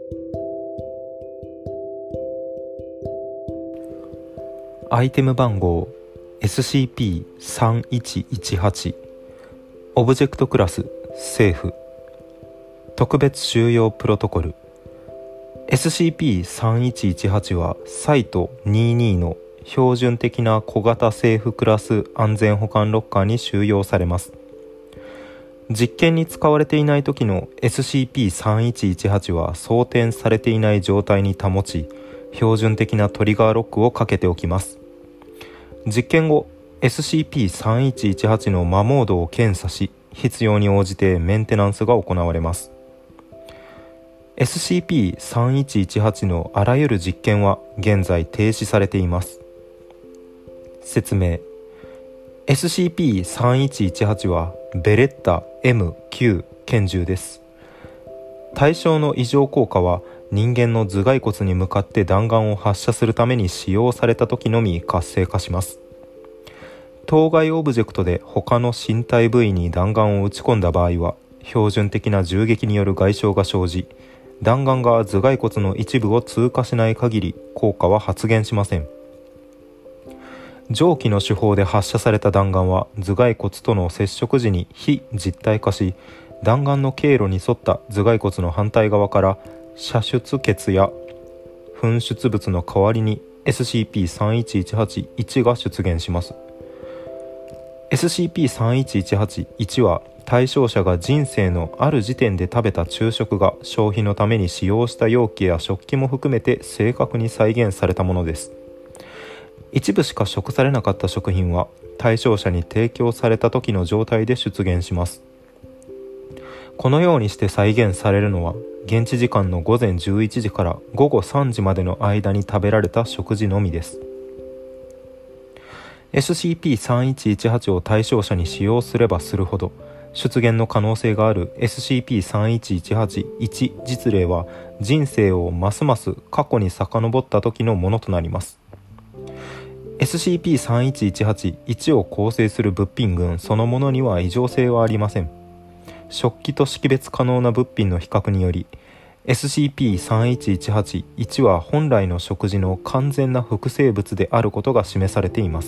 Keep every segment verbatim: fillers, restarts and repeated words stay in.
アイテム番号 エスシーピーさんいちいちはち オブジェクトクラス政府特別収容プロトコル エスシーピーさんいちいちはち はサイトにじゅうにの標準的な小型政府クラス安全保管ロッカーに収容されます。実験に使われていない時の エスシーピーさんいちいちはち は装填されていない状態に保ち、標準的なトリガーロックをかけておきます。実験後 エスシーピーさんいちいちはち の摩耗度を検査し、必要に応じてメンテナンスが行われます。エスシーピーさんいちいちはち のあらゆる実験は現在停止されています。説明。 エスシーピーさんいちいちはち はベレッタ エムきゅう 拳銃です。対象の異常効果は人間の頭蓋骨に向かって弾丸を発射するために使用された時のみ活性化します。当該オブジェクトで他の身体部位に弾丸を撃ち込んだ場合は標準的な銃撃による外傷が生じ、弾丸が頭蓋骨の一部を通過しない限り効果は発現しません。上記の手法で発射された弾丸は頭蓋骨との接触時に非実体化し、弾丸の経路に沿った頭蓋骨の反対側から射出血や噴出物の代わりに エスシーピーさんいちいちはちいち が出現します。 エスシーピーさんいちいちはちいち は対象者が人生のある時点で食べた昼食が消費のために使用した容器や食器も含めて正確に再現されたものです。一部しか食されなかった食品は対象者に提供された時の状態で出現します。このようにして再現されるのは現地時間のごぜんじゅういちじからごごさんじまでの間に食べられた食事のみです。 エスシーピーさんいちいちはち を対象者に使用すればするほど出現の可能性がある エスシーピーさんいちいちはちいち 実例は人生をますます過去に遡った時のものとなります。エスシーピーさんいちいちはちいち を構成する物品群そのものには異常性はありません。食器と識別可能な物品の比較により エスシーピーさんいちいちはちいち は本来の食事の完全な複製物であることが示されています。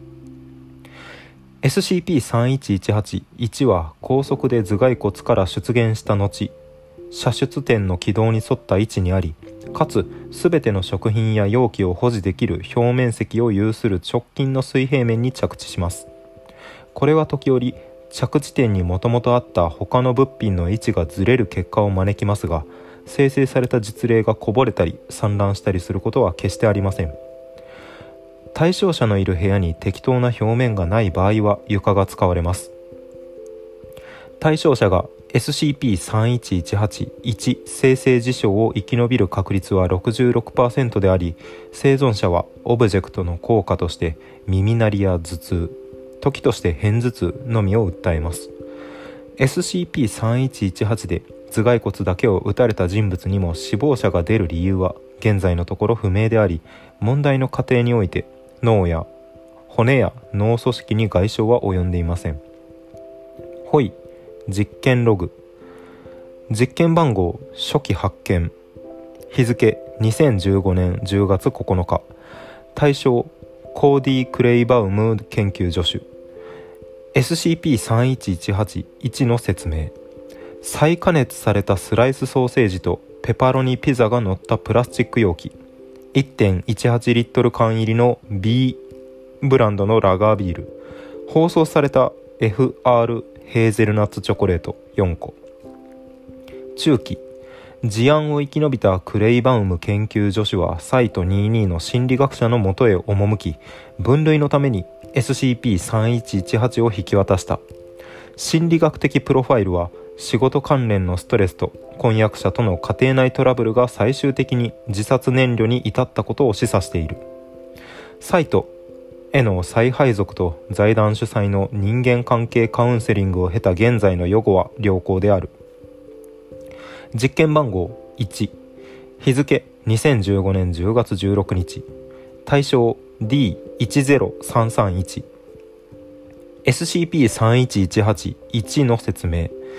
エスシーピーさんいちいちはちいち は高速で頭蓋骨から出現した後、射出点の軌道に沿った位置にあり、かつすべての食品や容器を保持できる表面積を有する直近の水平面に着地します。これは時折着地点にもともとあった他の物品の位置がずれる結果を招きますが、生成された実例がこぼれたり散乱したりすることは決してありません。対象者のいる部屋に適当な表面がない場合は床が使われます。対象者が エスシーピーさんいちいちはちいち 生成事象を生き延びる確率は ろくじゅうろくパーセント であり、生存者はオブジェクトの効果として耳鳴りや頭痛、時として片頭痛のみを訴えます。 エスシーピーさんいちいちはち で頭蓋骨だけを撃たれた人物にも死亡者が出る理由は現在のところ不明であり、問題の過程において脳や骨や脳組織に外傷は及んでいません。ホイ実験ログ。実験番号初期発見。日付にせんじゅうごねんじゅうがつここのか。対象コーディ・クレイバウム研究助手。 エスシーピーさんいちいちはちいち の説明。再加熱されたスライスソーセージとペパロニピザが乗ったプラスチック容器、 いってんいちはち リットル缶入りの B ブランドのラガービール、包装された エフアール ヘーゼルナッツチョコレートよんこ。中期事案を生き延びたクレイバウム研究助手はサイトにじゅうにの心理学者のもとへ赴き、分類のために エスシーピーさんいちいちはち を引き渡した。心理学的プロファイルは仕事関連のストレスと婚約者との家庭内トラブルが最終的に自殺燃料に至ったことを示唆している。サイトへの再配属と財団主催の人間関係カウンセリングを経た現在の予後は良好である。実験番号いち、日付にせんじゅうごねんじゅうがつじゅうろくにち、対象 ディーいちぜろさんさんいち。 エスシーピーさんいちいちはちいち の説明。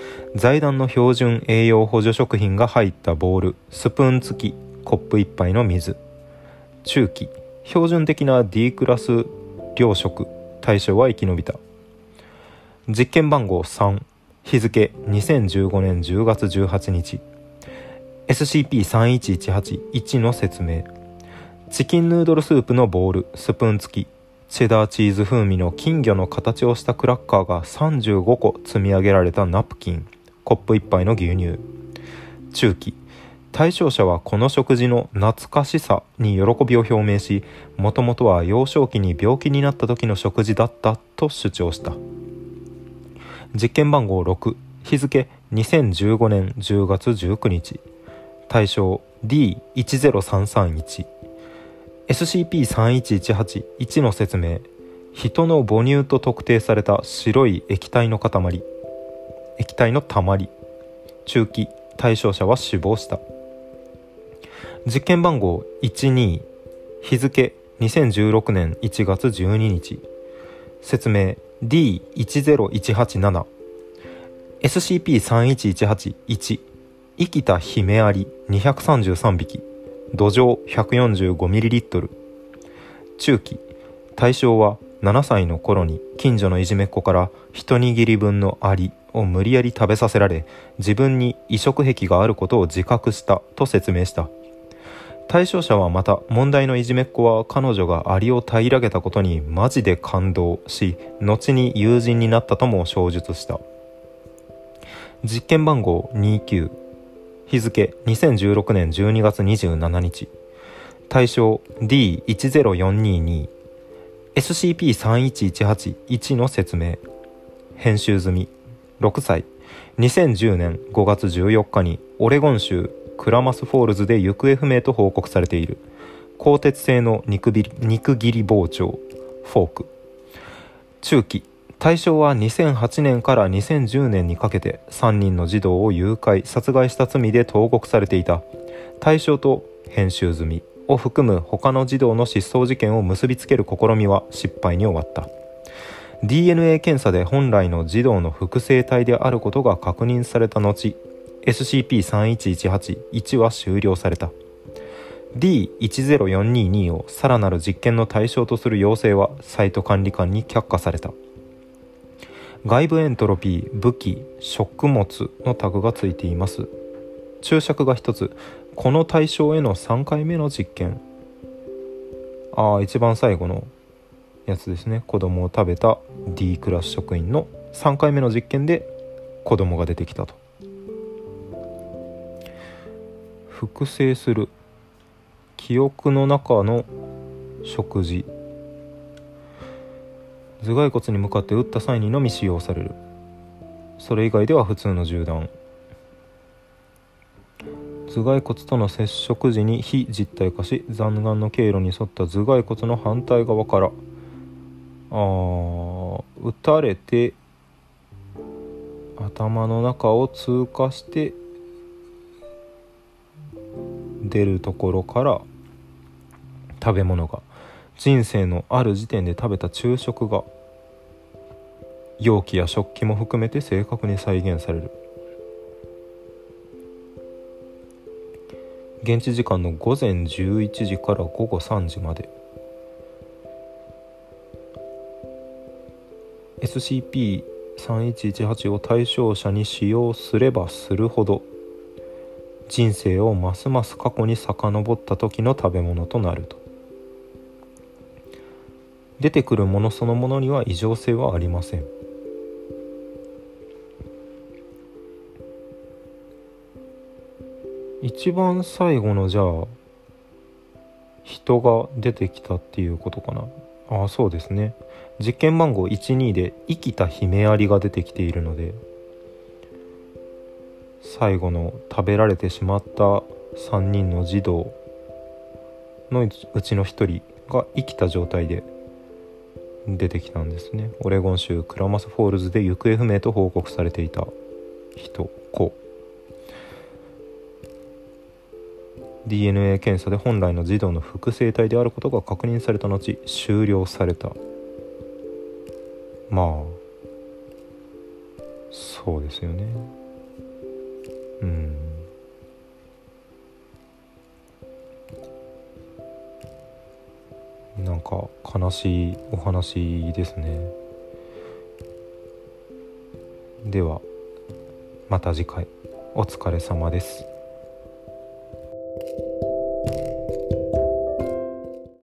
財団の標準栄養補助食品が入ったボール、スプーン付きコップいっぱいの水。中期、標準的な D クラス糧食、対象は生き延びた。実験番号さん、日付にせんじゅうごねんじゅうがつじゅうはちにち。 エスシーピーさんいちいちはちいち の説明。チキンヌードルスープのボール、スプーン付き、チェダーチーズ風味の金魚の形をしたクラッカーがさんじゅうごこ積み上げられたナプキン、コップいっぱいの牛乳。中期、対象者はこの食事の懐かしさに喜びを表明し、もともとは幼少期に病気になった時の食事だったと主張した。実験番号ろく、日付にせんじゅうごねんじゅうがつじゅうくにち。対象 ディーいちゼロさんさんいち。 エスシーピーさんいちいちはちいち の説明。人の母乳と特定された白い液体の塊、液体のたまり。中期、対象者は死亡した。実験番号いちに、日付にせんじゅうろくねんいちがつじゅうににち。説明 ディーいちゼロいちはちなな。 エスシーピーさんいちいちはちいち。 生きたヒメアリにひゃくさんじゅうさんびき、土壌 ひゃくよんじゅうごミリリットル。中期、対象はななさいの頃に近所のいじめっ子から一握り分のアリを無理やり食べさせられ、自分に移植癖があることを自覚したと説明した。対象者はまた、問題のいじめっ子は彼女がアリを平らげたことにマジで感動し、後に友人になったとも証述した。実験番号にじゅうきゅう、日付にせんじゅうろくねんじゅうにがつにじゅうしちにち。対象 ディーいちゼロよんにに。 エスシーピーさんいちいちはちいち の説明。編集済み。ろくさい、にせんじゅうねんごがつじゅうよっかにオレゴン州クラマスフォールズで行方不明と報告されている鋼鉄製の肉び肉切り包丁、フォーク。中期、対象はにせんはちねんからにせんじゅうねんにかけてさんにんの児童を誘拐殺害した罪で投獄されていた。対象と編集済みを含む他の児童の失踪事件を結びつける試みは失敗に終わった。 ディーエヌエー 検査で本来の児童の複製体であることが確認された後、 エスシーピーさんいちいちはちいち は終了された。 ディーいちゼロよんにに をさらなる実験の対象とする要請はサイト管理官に却下された。外部エントロピー、武器、食物のタグがついています。注釈がひとつ。この対象へのさんかいめの実験。ああ、一番最後のやつですね。子供を食べた D クラス職員のさんかいめの実験で子供が出てきたと。複製する。記憶の中の食事。頭蓋骨に向かって打った際にのみ使用される。それ以外では普通の銃弾。頭蓋骨との接触時に非実体化し、残骸の経路に沿った頭蓋骨の反対側からあー撃たれて頭の中を通過して出るところから食べ物が、人生のある時点で食べた昼食が容器や食器も含めて正確に再現される。現地時間のごぜんじゅういちじからごごさんじまで。 エスシーピーさんいちいちはち を対象者に使用すればするほど人生をますます過去に遡った時の食べ物となると。出てくるものそのものには異常性はありません。一番最後のじゃあ人が出てきたっていうことかな。ああ、そうですね。実験番号いちにで生きたヒメアリが出てきているので、最後の食べられてしまったさんにんの児童のうちのひとりが生きた状態で出てきたんですね。オレゴン州クラマスフォールズで行方不明と報告されていた人、子。 ディーエヌエー 検査で本来の児童の複製体であることが確認された後終了された。まあそそうですよね。うん。なんか悲しいお話ですね。ではまた次回お疲れ様です。